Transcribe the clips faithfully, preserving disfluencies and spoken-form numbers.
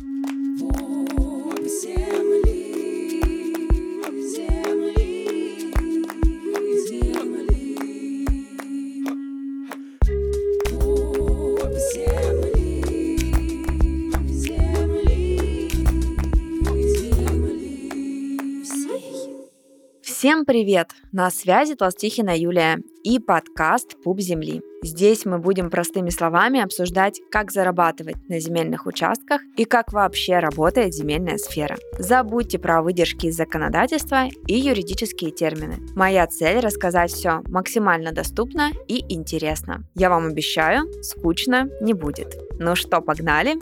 Всем привет! На связи Толстихина Юлия и подкаст «Пуп земли». Здесь мы будем простыми словами обсуждать, как зарабатывать на земельных участках и как вообще работает земельная сфера. Забудьте про выдержки из законодательства и юридические термины. Моя цель – рассказать все максимально доступно и интересно. Я вам обещаю, скучно не будет. Ну что, погнали?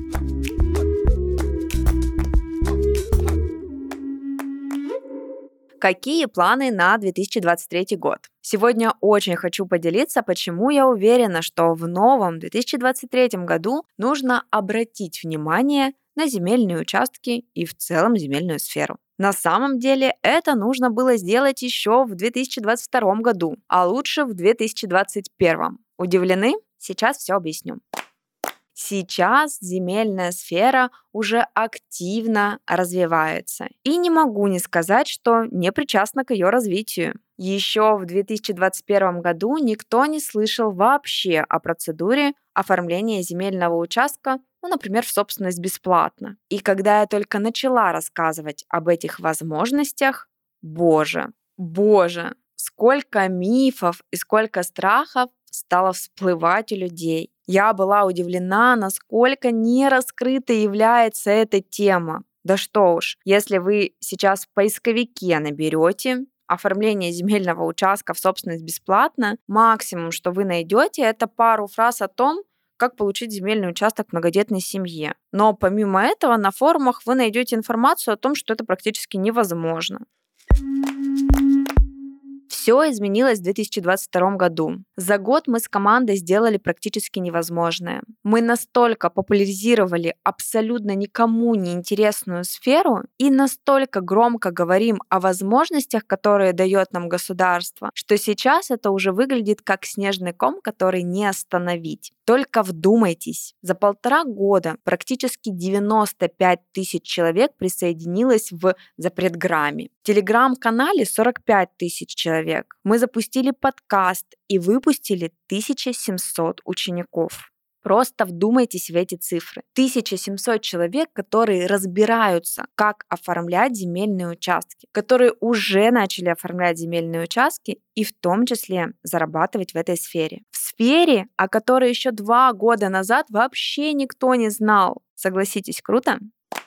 Какие планы на две тысячи двадцать третий год? Сегодня очень хочу поделиться, почему я уверена, что в новом две тысячи двадцать третьем году нужно обратить внимание на земельные участки и в целом земельную сферу. На самом деле это нужно было сделать еще в две тысячи двадцать втором году, а лучше в две тысячи двадцать первом. Удивлены? Сейчас все объясню. Сейчас земельная сфера уже активно развивается. И не могу не сказать, что не причастна к ее развитию. Еще в две тысячи двадцать первом году никто не слышал вообще о процедуре оформления земельного участка, ну, например, в собственность бесплатно. И когда я только начала рассказывать об этих возможностях, боже, боже, сколько мифов и сколько страхов стало всплывать у людей. Я была удивлена, насколько нераскрытой является эта тема. Да что уж, если вы сейчас в поисковике наберете оформление земельного участка в собственность бесплатно, максимум, что вы найдете, это пару фраз о том, как получить земельный участок в многодетной семье. Но помимо этого на форумах вы найдете информацию о том, что это практически невозможно. Все изменилось в две тысячи двадцать втором году. За год мы с командой сделали практически невозможное. Мы настолько популяризировали абсолютно никому не интересную сферу и настолько громко говорим о возможностях, которые дает нам государство, что сейчас это уже выглядит как снежный ком, который не остановить. Только вдумайтесь, за полтора года практически девяносто пять тысяч человек присоединилось в запретграмме. В телеграм-канале сорок пять тысяч человек. Мы запустили подкаст и выпустили тысяча семьсот учеников. Просто вдумайтесь в эти цифры. тысяча семьсот человек, которые разбираются, как оформлять земельные участки, которые уже начали оформлять земельные участки и в том числе зарабатывать в этой сфере. В сфере, о которой еще два года назад вообще никто не знал. Согласитесь, круто?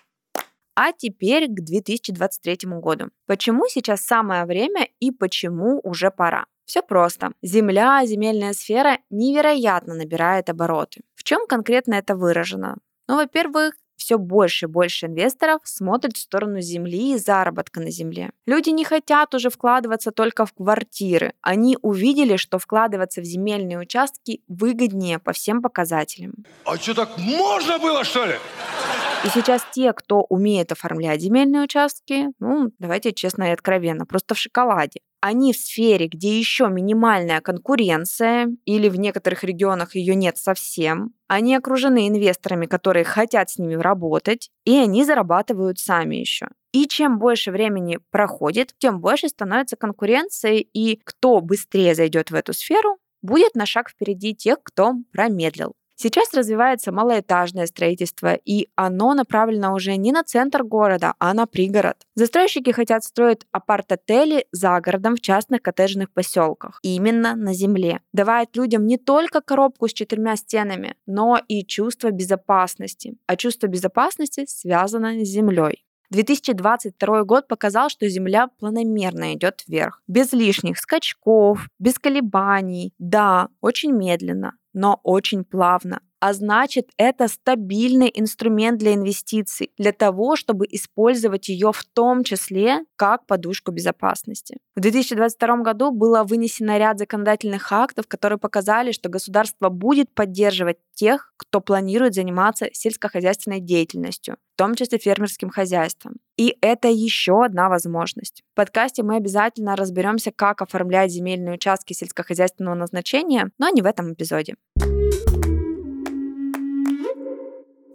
А теперь к две тысячи двадцать третьему году. Почему сейчас самое время и почему уже пора? Все просто. Земля, земельная сфера невероятно набирает обороты. В чем конкретно это выражено? Ну, во-первых, все больше и больше инвесторов смотрят в сторону земли и заработка на земле. Люди не хотят уже вкладываться только в квартиры. Они увидели, что вкладываться в земельные участки выгоднее по всем показателям. А что, так можно было, что ли? И сейчас те, кто умеет оформлять земельные участки, ну, давайте честно и откровенно, просто в шоколаде. Они в сфере, где еще минимальная конкуренция, или в некоторых регионах ее нет совсем. Они окружены инвесторами, которые хотят с ними работать, и они зарабатывают сами еще. И чем больше времени проходит, тем больше становится конкуренция, и кто быстрее зайдет в эту сферу, будет на шаг впереди тех, кто промедлил. Сейчас развивается малоэтажное строительство, и оно направлено уже не на центр города, а на пригород. Застройщики хотят строить апарт-отели за городом в частных коттеджных поселках, именно на земле. Давать людям не только коробку с четырьмя стенами, но и чувство безопасности. А чувство безопасности связано с землей. две тысячи двадцать второй год показал, что Земля планомерно идет вверх, без лишних скачков, без колебаний. Да, очень медленно, но очень плавно. А значит, это стабильный инструмент для инвестиций, для того, чтобы использовать ее в том числе как подушку безопасности. В две тысячи двадцать втором году было вынесено ряд законодательных актов, которые показали, что государство будет поддерживать тех, кто планирует заниматься сельскохозяйственной деятельностью, в том числе фермерским хозяйством. И это еще одна возможность. В подкасте мы обязательно разберемся, как оформлять земельные участки сельскохозяйственного назначения, но не в этом эпизоде.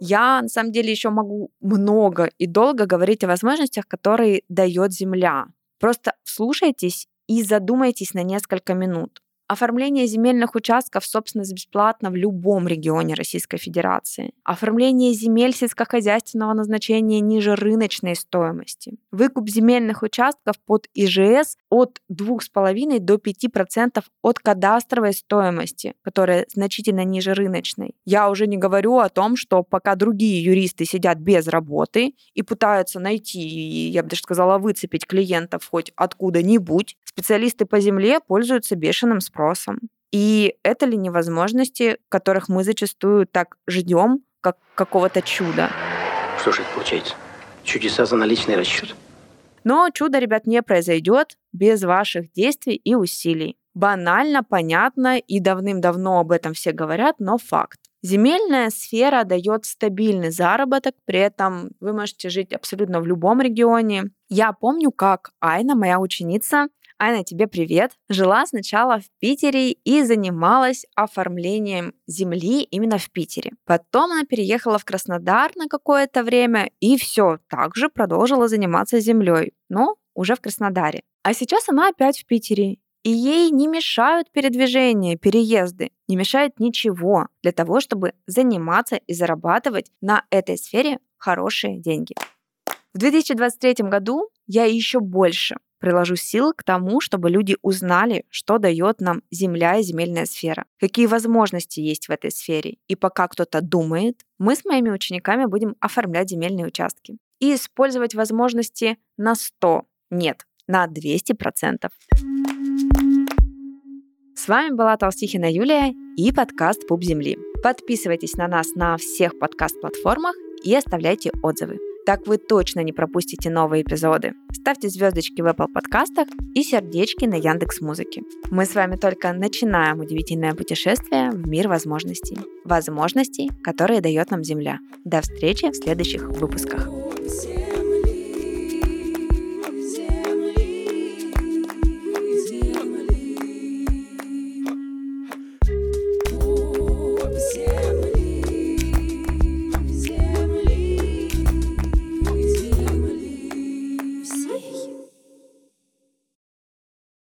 Я, на самом деле, еще могу много и долго говорить о возможностях, которые дает Земля. Просто вслушайтесь и задумайтесь на несколько минут. Оформление земельных участков, собственно, бесплатно в любом регионе Российской Федерации. Оформление земель сельскохозяйственного назначения ниже рыночной стоимости. Выкуп земельных участков под ИЖС от двух с половиной до пяти процентов от кадастровой стоимости, которая значительно ниже рыночной. Я уже не говорю о том, что пока другие юристы сидят без работы и пытаются найти, я бы даже сказала, выцепить клиентов хоть откуда-нибудь, специалисты по земле пользуются бешеным спросом. И это ли не возможности, которых мы зачастую так ждем, как какого-то чуда? Что же это получается? Чудеса за наличный расчет? Но чудо, ребят, не произойдет без ваших действий и усилий. Банально, понятно и давным-давно об этом все говорят, но факт. Земельная сфера дает стабильный заработок, при этом вы можете жить абсолютно в любом регионе. Я помню, как Айна, моя ученица, Айна, тебе привет, жила сначала в Питере и занималась оформлением земли именно в Питере. Потом она переехала в Краснодар на какое-то время и все, также продолжила заниматься землей, но уже в Краснодаре. А сейчас она опять в Питере. И ей не мешают передвижения, переезды, не мешает ничего для того, чтобы заниматься и зарабатывать на этой сфере хорошие деньги. В две тысячи двадцать третьем году я еще больше приложу сил к тому, чтобы люди узнали, что дает нам земля и земельная сфера, какие возможности есть в этой сфере. И пока кто-то думает, мы с моими учениками будем оформлять земельные участки и использовать возможности на сто, нет, на двести процентов. С вами была Толстихина Юлия и подкаст «Пуп земли». Подписывайтесь на нас на всех подкаст-платформах и оставляйте отзывы. Так вы точно не пропустите новые эпизоды. Ставьте звездочки в Apple подкастах и сердечки на Яндекс.Музыке. Мы с вами только начинаем удивительное путешествие в мир возможностей. Возможностей, которые дает нам Земля. До встречи в следующих выпусках.